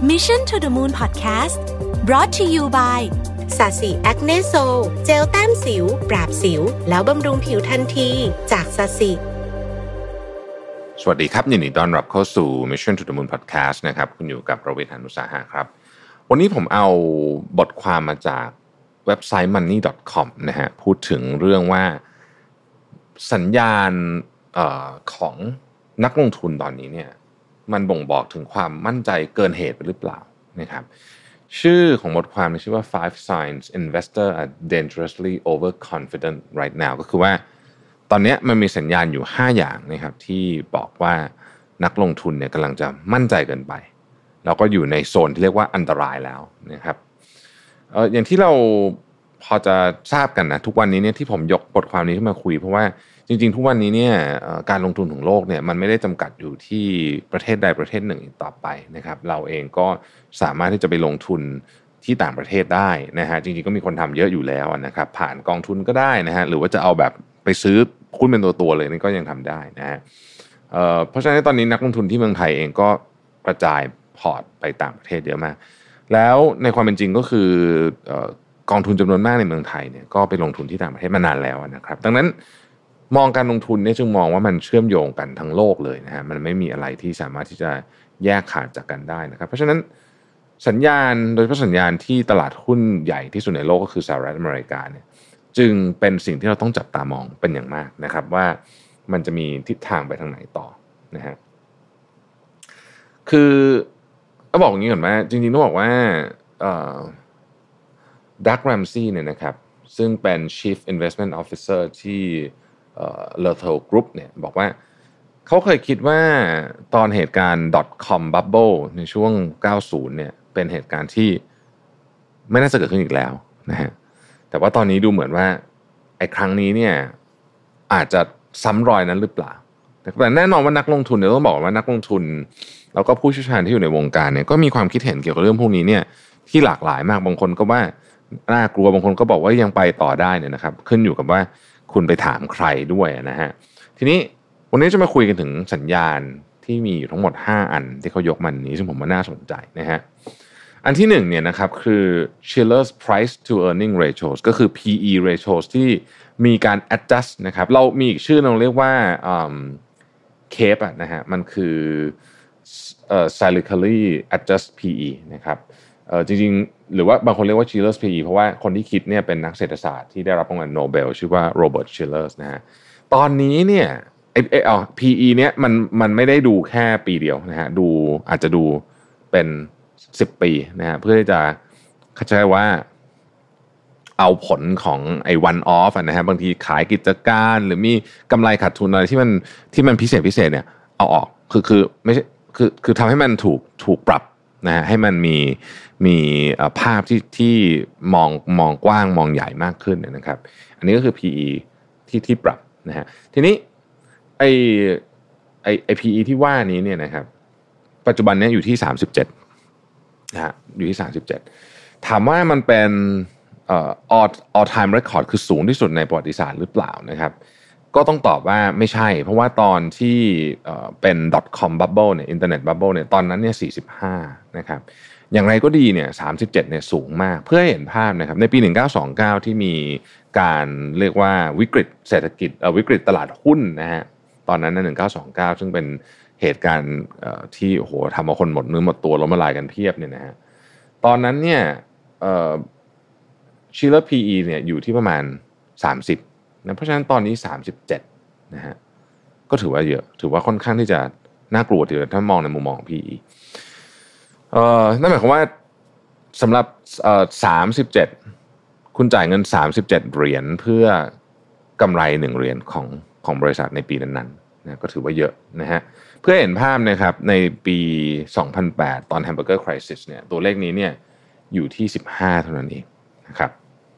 Mission to the Moon Podcast brought to you by สาสีแอคเนโซเจลแต้มสิวปราบสิวแล้วบำรุงผิวทันทีจากสาสีสวัสดีครับยินดีต้อนรับเข้าสู่ Mission to the Moon Podcast นะครับคุณอยู่กับประวิตร หาญอุตสาหะครับวันนี้ผมเอาบทความมาจากเว็บไซต์ money.com นะฮะพูดถึงเรื่องว่าสัญญาณของนักลงทุนตอนนี้เนี่ยมันบ่งบอกถึงความมั่นใจเกินเหตุไปหรือเปล่านะครับชื่อของบทความชื่อว่า Five Signs Investors are Dangerously Overconfident Right Now ก็คือว่าตอนนี้มันมีสัญญาณอยู่5อย่างนะครับที่บอกว่านักลงทุนเนี่ยกำลังจะมั่นใจเกินไปแล้วก็อยู่ในโซนที่เรียกว่าอันตรายแล้วนะครับอย่างที่เราพอจะทราบกันนะทุกวันนี้เนี่ยที่ผมยกบทความนี้ขึ้นมาคุยเพราะว่าจริงๆทุกวันนี้เนี่ยการลงทุนของโลกเนี่ยมันไม่ได้จำกัดอยู่ที่ประเทศใดประเทศหนึ่งอีกต่อไปนะครับเราเองก็สามารถที่จะไปลงทุนที่ต่างประเทศได้นะฮะจริงๆก็มีคนทำเยอะอยู่แล้วนะครับผ่านกองทุนก็ได้นะฮะหรือว่าจะเอาแบบไปซื้อหุ้นเป็นตัวๆเลยนี่ก็ยังทำได้นะฮะเพราะฉะนั้นตอนนี้นักลงทุนที่เมืองไทยเองก็กระจายพอร์ตไปต่างประเทศเยอะมากแล้วในความเป็นจริงก็คือกองทุนจำนวนมากในเมืองไทยเนี่ยก็ไปลงทุนที่ต่างประเทศมานานแล้วนะครับดังนั้นมองการลงทุนเนี่ยจึงมองว่ามันเชื่อมโยงกันทั้งโลกเลยนะฮะมันไม่มีอะไรที่สามารถที่จะแยกขาดจากกันได้นะครับเพราะฉะนั้นสัญญาณโดยเฉพาะสัญญาณที่ตลาดหุ้นใหญ่ที่สุดในโลกก็คือสหรัฐอเมริกาเนี่ยจึงเป็นสิ่งที่เราต้องจับตามองเป็นอย่างมากนะครับว่ามันจะมีทิศทางไปทางไหนต่อนะฮะคือต้องบอกอย่างนี้ก่อนว่าจริงๆต้องบอกว่าดักแรมซี่เนี่ยนะครับซึ่งเป็น Chief Investment Officer ที่Lethal Group เนี่ยบอกว่าเขาเคยคิดว่าตอนเหตุการณ์ .com bubble ในช่วง 90 เนี่ยเป็นเหตุการณ์ที่ไม่น่าจะเกิดขึ้นอีกแล้วนะฮะแต่ว่าตอนนี้ดูเหมือนว่าไอ้ครั้งนี้เนี่ยอาจจะซ้ำรอยนั้นหรือเปล่าแต่แน่นอนว่านักลงทุนเนี่ยต้องบอกว่านักลงทุนแล้วก็ผู้เชี่ยวชาญที่อยู่ในวงการเนี่ยก็มีความคิดเห็นเกี่ยวกับเรื่องพวกนี้เนี่ยที่หลากหลายมากบางคนก็ว่าน่ากลัวบางคนก็บอกว่ายังไปต่อได้เนี่ยนะครับขึ้นอยู่กับว่าคุณไปถามใครด้วยนะฮะทีนี้วันนี้จะมาคุยกันถึงสัญญาณที่มีอยู่ทั้งหมด5อันที่เขายกมานี้ซึ่งผมว่าน่าสนใจนะฮะอันที่1เนี่ยนะครับคือ Shiller's Price to Earning Ratios ก็คือ PE ratios ที่มีการ adjust นะครับเรามีอีกชื่อเราเรียกว่าCAPE นะฮะมันคือcyclically adjust PE นะครับจริงๆหรือว่าบางคนเรียกว่า Shiller's PE เพราะว่าคนที่คิดเนี่ยเป็นนักเศรษฐศาสตร์ที่ได้รับรางวัลโนเบลชื่อว่าโรเบิร์ต Shiller นะฮะตอนนี้เนี่ยPE เนี่ยมันไม่ได้ดูแค่ปีเดียวนะฮะดูอาจจะดูเป็น10 ปีนะฮะเพื่อที่จะเข้าใจว่าเอาผลของไอ้ one off นะฮะบางทีขายกิจการหรือมีกำไรขาดทุนอะไรที่มันพิเศษเนี่ยเอาออกคือไม่ใช่คือทำให้มันถูกปรับนะฮะให้มันมีภาพที่มองกว้างมองใหญ่มากขึ้นนะครับอันนี้ก็คือ PE ที่ปรับนะฮะทีนี้ไอ้ PE ที่ว่านี้เนี่ยนะครับปัจจุบันนี้อยู่ที่37นะฮะอยู่ที่37ถามว่ามันเป็นall time record คือสูงที่สุดในประวัติศาสตร์หรือเปล่านะครับก็ต้องตอบว่าไม่ใช่เพราะว่าตอนที่เป็น .com bubble เนี่ย internet bubble เนี่ยตอนนั้นเนี่ย45นะครับอย่างไรก็ดีเนี่ย37เนี่ยสูงมากเพื่อให้เห็นภาพนะครับในปี1929ที่มีการเรียกว่าวิกฤตเศรษฐกิจวิกฤตตลาดหุ้นนะฮะตอนนั้น1929ซึ่งเป็นเหตุการณ์ที่โอ้โหทำเอาคนหมดเนื้อหมดตัวล้มละลายกันเพียบเนี่ยนะฮะตอนนั้นเนี่ยShiller PE เนี่ยอยู่ที่ประมาณ30นะเพราะฉะนั้นตอนนี้37นะฮะก็ถือว่าเยอะถือว่าค่อนข้างที่จะน่ากลัวทีเดียวถ้ามองในมุมมองของ PE นั่นหมายความว่าสำหรับ37คุณจ่ายเงิน37เหรียญเพื่อกำไร1เหรียญของบริษัทในปีนั้นๆนะก็ถือว่าเยอะนะฮะเพื่อเห็นภาพนะครับในปี2008ตอน Hamburger Crisis เนี่ยตัวเลขนี้เนี่ยอยู่ที่15เท่านั้นเองนะครับ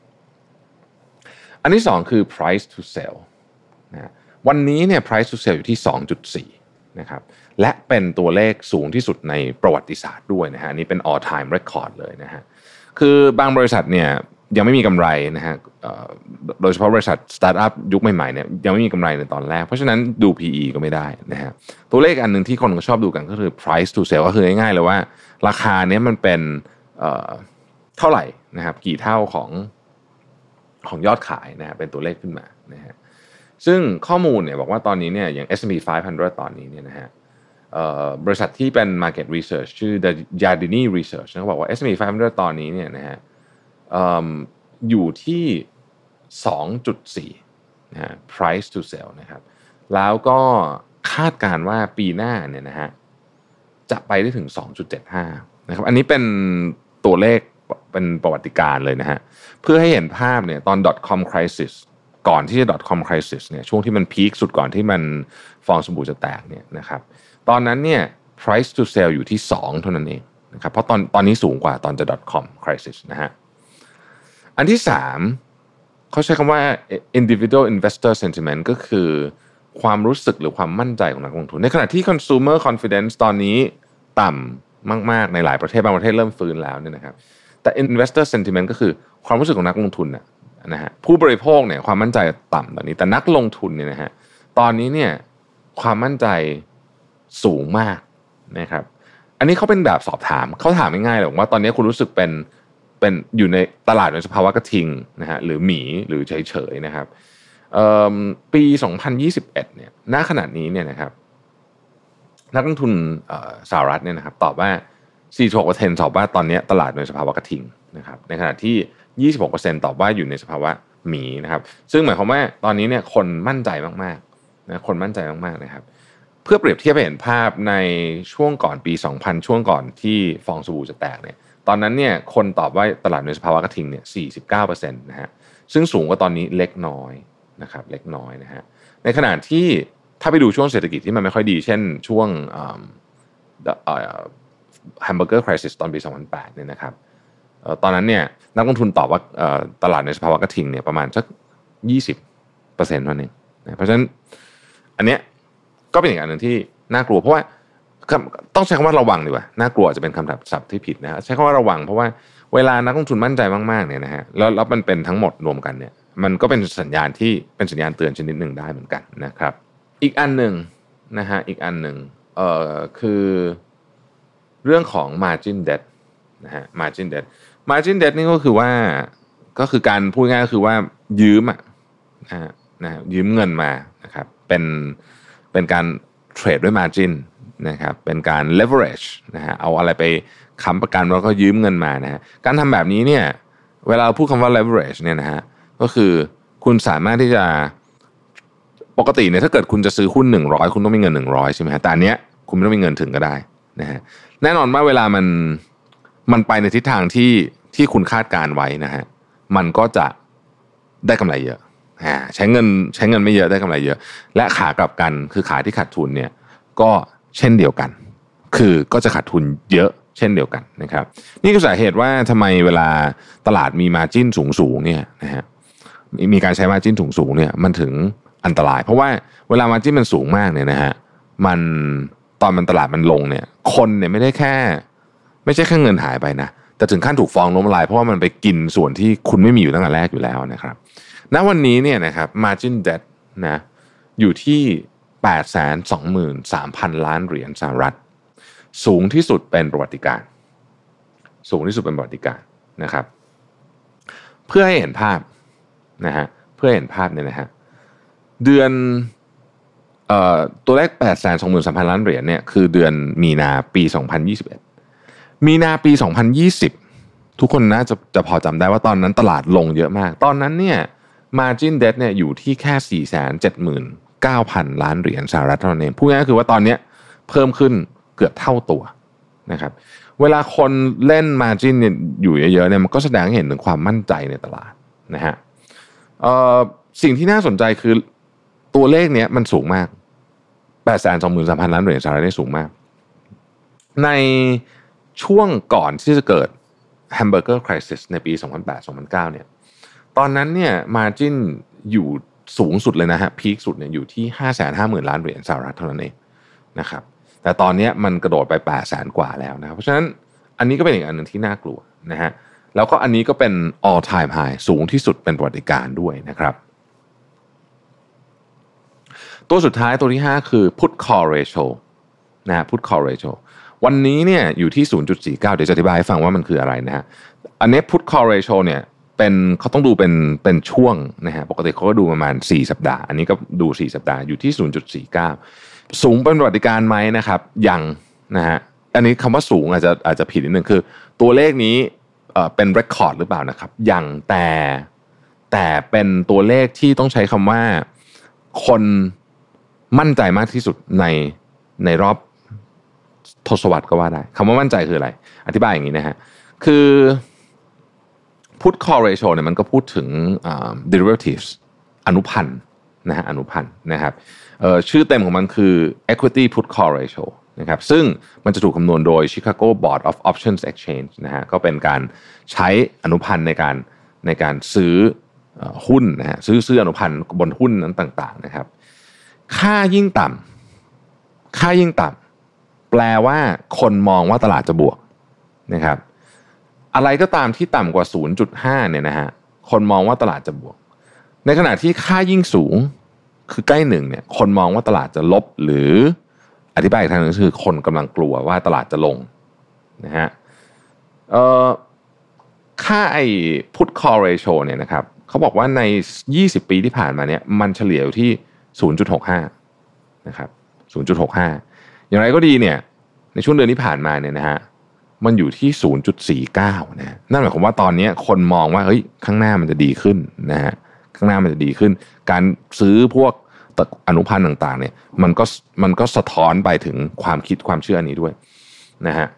อันที่2คือ price to sell นะวันนี้เนี่ย price to sell อยู่ที่ 2.4 นะครับและเป็นตัวเลขสูงที่สุดในประวัติศาสตร์ด้วยนะฮะนี่เป็น all time record เลยนะฮะคือบางบริษัทเนี่ยยังไม่มีกำไรนะฮะโดยเฉพาะบริษัทสตาร์ทอัพยุคใหม่ๆเนี่ยยังไม่มีกำไรในตอนแรกเพราะฉะนั้นดู PE ก็ไม่ได้นะฮะตัวเลขอันนึงที่คนก็ชอบดูกันก็คือ price to sale ก็คือง่ายๆเลยว่าราคาเนี้ยมันเป็นเท่าไหร่นะครับกี่เท่าของยอดขายนะฮะเป็นตัวเลขขึ้นมานะฮะซึ่งข้อมูลเนี่ยบอกว่าตอนนี้เนี่ยอย่าง S&P 500 ตอนนี้เนี่ยนะฮะบริษัทที่เป็น market research ชื่อ Yardeni Research เขาบอกว่า S&P 500 ตอนนี้เนี่ยนะฮะอยู่ที่ 2.4 นะฮะ price to sell นะครับแล้วก็คาดการณ์ว่าปีหน้าเนี่ยนะฮะจะไปได้ถึง 2.75 นะครับอันนี้เป็นตัวเลขเป็นประวัติการณ์เลยนะฮะเพื่อให้เห็นภาพเนี่ยตอน .com crisis ก่อนที่จะ .com crisis เนี่ยช่วงที่มันพีคสุดก่อนที่มันฟองสบู่จะแตกเนี่ยนะครับตอนนั้นเนี่ย price to sell อยู่ที่ 2 เท่านั้นเองนะครับเพราะตอนนี้สูงกว่าตอนจะ .com crisis นะฮะอันที่3เขาใช้คำว่า individual investor sentiment ก็คือความรู้สึกหรือความมั่นใจของนักลงทุนในขณะที่ consumer confidence ตอนนี้ต่ำมากๆในหลายประเทศบางประเทศเริ่มฟื้นแล้วเนี่ยนะครับแต่ investor sentiment ก็คือความรู้สึกของนักลงทุนนะฮะผู้บริโภคเนี่ยความมั่นใจต่ำตอนนี้แต่นักลงทุนเนี่ยนะฮะตอนนี้เนี่ยความมั่นใจสูงมากนะครับอันนี้เขาเป็นแบบสอบถามเขาถามง่ายๆเลยว่าตอนนี้คุณรู้สึกเป็นอยู่ในตลาดในสภาวะกระทิงนะฮะหรือหมีหรือเฉยๆนะครับปี 2021 เนี่ยณขณะนี้เนี่ยนะครับนักลงทุนสหรัฐเนี่ยนะครับตอบว่า 46% ตอบว่าตอนนี้ตลาดในสภาวะกระทิงนะครับในขณะที่ 26% ตอบว่าอยู่ในสภาวะหมีนะครับซึ่งหมายความว่าตอนนี้เนี่ยคนมั่นใจมากๆนะคนมั่นใจมากๆนะครับเพื่อเปรียบเทียบให้เห็นภาพในช่วงก่อนปี 2000 ช่วงก่อนที่ฟองสบู่จะแตกเนี่ยตอนนั้นเนี่ยคนตอบว่าตลาดในสภาวะกระทิงเนี่ย 49% นะฮะซึ่งสูงกว่าตอนนี้เล็กน้อยนะครับเล็กน้อยนะฮะในขณะที่ถ้าไปดูช่วงเศรษฐกิจที่มันไม่ค่อยดีเช่นช่วงhamburger crisis ตอนปี 2008 เนี่ยนะครับตอนนั้นเนี่ยนักลงทุนตอบว่าตลาดในสภาวะกระทิงเนี่ยประมาณสัก 20% เท่านั้นเองนะเพราะฉะนั้นอันเนี้ยก็เป็นอีกอันหนึ่งที่น่ากลัวเพราะว่าต้องใช้คำว่าระวังดีกว่าน่ากลัวจะเป็นคำศัพท์ที่ผิดนะใช้คำว่าระวังเพราะว่าเวลานักลงทุนมั่นใจมากๆเนี่ยนะฮะแล้วมันเป็นทั้งหมดรวมกันเนี่ยมันก็เป็นสัญญาณที่เป็นสัญญาณเตือนชนิดหนึ่งได้เหมือนกันนะครับอีกอันหนึ่งนะฮะอีกอันหนึ่งคือเรื่องของ margin debt นะฮะ margin debt นี่ก็คือว่าก็คือการพูดง่ายก็คือว่ายืมนะฮะยืมเงินมานะครับเป็นการเทรดด้วย margin นะครับเป็นการ leverage นะฮะเอาอะไรไปค้ำประกันแล้วก็ยืมเงินมานะฮะการทำแบบนี้เนี่ยเวลาพูดคำว่า leverage เนี่ยนะฮะก็คือคุณสามารถที่จะปกติเนี่ยถ้าเกิดคุณจะซื้อหุ้น100คุณต้องมีเงิน100ใช่ไหมฮะแต่อันเนี้ยคุณไม่ต้องมีเงินถึงก็ได้นะฮะแน่นอนว่าเวลามันไปในทิศทางที่คุณคาดการไว้นะฮะมันก็จะได้กำไรเยอะใช้เงินไม่เยอะได้กำไรเยอะและขากลับกันคือขาที่ขาดทุนเนี่ยก็เช่นเดียวกันคือก็จะขาดทุนเยอะเช่นเดียวกันนะครับนี่คือสาเหตุว่าทำไมเวลาตลาดมีมาร์จิ้นสูงเนี่ยนะฮะมีการใช้มาร์จิ้นสูงเนี่ยมันถึงอันตรายเพราะว่าเวลามาร์จิ้นมันสูงมากเนี่ยนะฮะมันตอนมันตลาดมันลงเนี่ยคนเนี่ยไม่ใช่แค่เงินหายไปนะแต่ถึงขั้นถูกฟ้องล้มละลายเพราะว่ามันไปกินส่วนที่คุณไม่มีอยู่ตั้งแต่แรกอยู่แล้วนะครับณวันนี้เนี่ยนะครับ margin debt นะอยู่ที่ 823,000 ล้านเหรียญสหรัฐสูงที่สุดเป็นประวัติการนะครับเพื่อให้เห็นภาพนะฮะเพื่อเห็นภาพเนี่ยนะฮะเดือนตัวเลข 823,000 ล้านเหรียญเนี่ยคือเดือนมีนาปี 2021มีนาปี 2020ทุกคนน่าจะพอจำได้ว่าตอนนั้นตลาดลงเยอะมากตอนนั้นเนี่ย margin debt เนี่ยอยู่ที่แค่ 479,000 ล้านเหรียญสหรัฐเท่านั้นเองพูดง่ายๆคือว่าตอนนี้เพิ่มขึ้นเกือบเท่าตัวนะครับเวลาคนเล่น margin เนี่ยอยู่เยอะๆเนี่ยมันก็แสดงให้เห็นถึงความมั่นใจในตลาดนะฮะสิ่งที่น่าสนใจคือตัวเลขเนี้ยมันสูงมาก 823,000 ล้านเหรียญสหรัฐนี่สูงมากในช่วงก่อนที่จะเกิด hamburger crisis ในปี 2008-2009 เนี่ยตอนนั้นเนี่ย margin อยู่สูงสุดเลยนะฮะพีคสุดเนี่ยอยู่ที่ 550,000 ล้านเหรียญสหรัฐเท่านั้นเองนะครับแต่ตอนนี้มันกระโดดไป 800,000 กว่าแล้วนะครับเพราะฉะนั้นอันนี้ก็เป็นอีกอันนึงที่น่ากลัวนะฮะแล้วก็อันนี้ก็เป็น all time high สูงที่สุดเป็นประวัติการณ์ด้วยนะครับตัวสุดท้ายตัวที่5คือ put call ratio นะฮะ put call ratio วันนี้เนี่ยอยู่ที่ 0.49 เดี๋ยวจะอธิบายให้ฟังว่ามันคืออะไรนะฮะอันนี้ put call ratio เนี่ยเขาต้องดูเป็นช่วงนะฮะปกติเขาก็ดูประมาณ4สัปดาห์อันนี้ก็ดู4สัปดาห์อยู่ที่ 0.49 สูงเป็นประวัติการณ์ไหมนะครับยังนะฮะอันนี้คำว่าสูงอาจจะผิดนิดนึงคือตัวเลขนี้เป็นเรคคอร์ดหรือเปล่านะครับยังแต่เป็นตัวเลขที่ต้องใช้คำว่าคนมั่นใจมากที่สุดในรอบทศวรรษก็ว่าได้คำว่ามั่นใจคืออะไรอธิบายอย่างนี้นะฮะคือ put call ratio เนี่ยมันก็พูดถึงderivatives อนุพันธ์นะฮะอนุพันธ์นะครับชื่อเต็มของมันคือ equity put call ratio นะครับซึ่งมันจะถูกคำนวณโดย Chicago Board of Options Exchange นะฮะก็เป็นการใช้อนุพันธ์ในการซื้อหุ้นนะฮะซื้ออนุพันธ์บนหุ้นนั้นต่างๆนะครับค่ายิ่งต่ำแปลว่าคนมองว่าตลาดจะบวกนะครับอะไรก็ตามที่ต่ำกว่า 0.5 เนี่ยนะฮะคนมองว่าตลาดจะบวกในขณะที่ค่ายิ่งสูงคือใกล้1เนี่ยคนมองว่าตลาดจะลบหรืออธิบายอีกทางนึงคือคนกำลังกลัวว่าตลาดจะลงนะฮะค่าไอ้ put call ratio เนี่ยนะครับเขาบอกว่าใน20ปีที่ผ่านมาเนี่ยมันเฉลี่ยอยู่ที่ 0.65 นะครับ 0.65 อย่างไรก็ดีเนี่ยในช่วงเดือนที่ผ่านมาเนี่ยนะฮะมันอยู่ที่ 0.49 นะนั่นหมายความว่าตอนนี้คนมองว่าเฮ้ยข้างหน้ามันจะดีขึ้นนะฮะข้างหน้ามันจะดีขึ้นการซื้อพวกอนุพันธ์ต่างๆเนี่ยมันก็สะท้อนไปถึงความคิดความเชื่อนี้ด้วยนะฮะ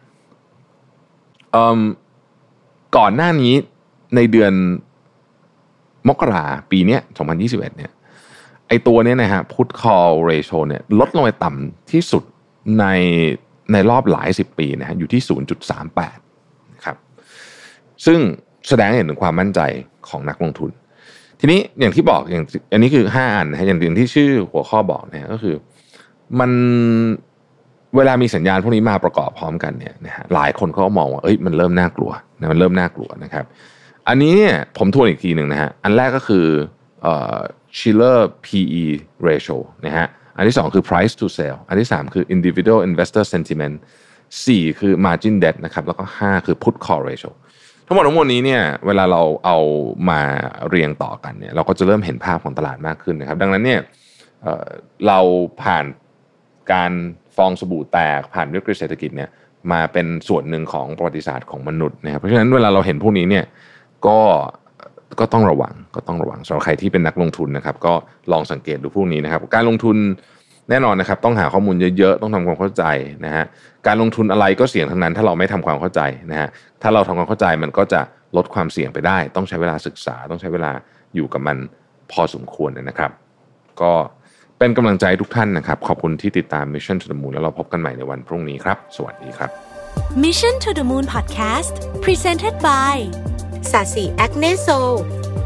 ก่อนหน้านี้ในเดือนมกราปีนี้2021เนี่ยไอตัวนี้นะฮะ put call ratio เนี่ยลดลงไปต่ำที่สุดในรอบหลาย10ปีนะฮะอยู่ที่ 0.38 นะครับซึ่งแสดงให้เห็นถึงความมั่นใจของนักลงทุนทีนี้อย่างที่บอกอย่างอันนี้คือ5อันนะฮะอย่างที่ชื่อหัวข้อบอกนะฮะก็คือมันเวลามีสัญญาณพวกนี้มาประกอบพร้อมกันเนี่ยนะฮะหลายคนเขาก็มองว่าเอ้ยมันเริ่มน่ากลัวนะมันเริ่มน่ากลัวนะครับอันนี้เนี่ยผมทวนอีกทีนึงนะฮะอันแรกก็คือShiller PE ratio นะฮะอันที่2คือ price to sale อันที่3คือ individual investor sentiment 4คือ margin debt นะครับแล้วก็5คือ put call ratio ทั้งหมดนี้เนี่ยเวลาเราเอามาเรียงต่อกันเนี่ยเราก็จะเริ่มเห็นภาพของตลาดมากขึ้นนะครับดังนั้นเนี่ยเราผ่านการฟองสบู่แตกผ่านวิกฤตเศรษฐกิจเนี่ยมาเป็นส่วนหนึ่งของประวัติศาสตร์ของมนุษย์นะครับเพราะฉะนั้นเวลาเราเห็นพวกนี้เนี่ยก็ต้องระวังสำหรับใครที่เป็นนักลงทุนนะครับก็ลองสังเกตดูพวกนี้นะครับการลงทุนแน่นอนนะครับต้องหาข้อมูลเยอะๆต้องทำความเข้าใจนะฮะการลงทุนอะไรก็เสี่ยงทั้งนั้นถ้าเราไม่ทำความเข้าใจนะฮะถ้าเราทำความเข้าใจมันก็จะลดความเสี่ยงไปได้ต้องใช้เวลาศึกษาต้องใช้เวลาอยู่กับมันพอสมควรนะครับก็เป็นกำลังใจทุกท่านนะครับขอบคุณที่ติดตาม Mission to the Moon แล้วเราพบกันใหม่ในวันพรุ่งนี้ครับสวัสดีครับ Mission to the Moon Podcast Presented by สาสีแอคเนโซ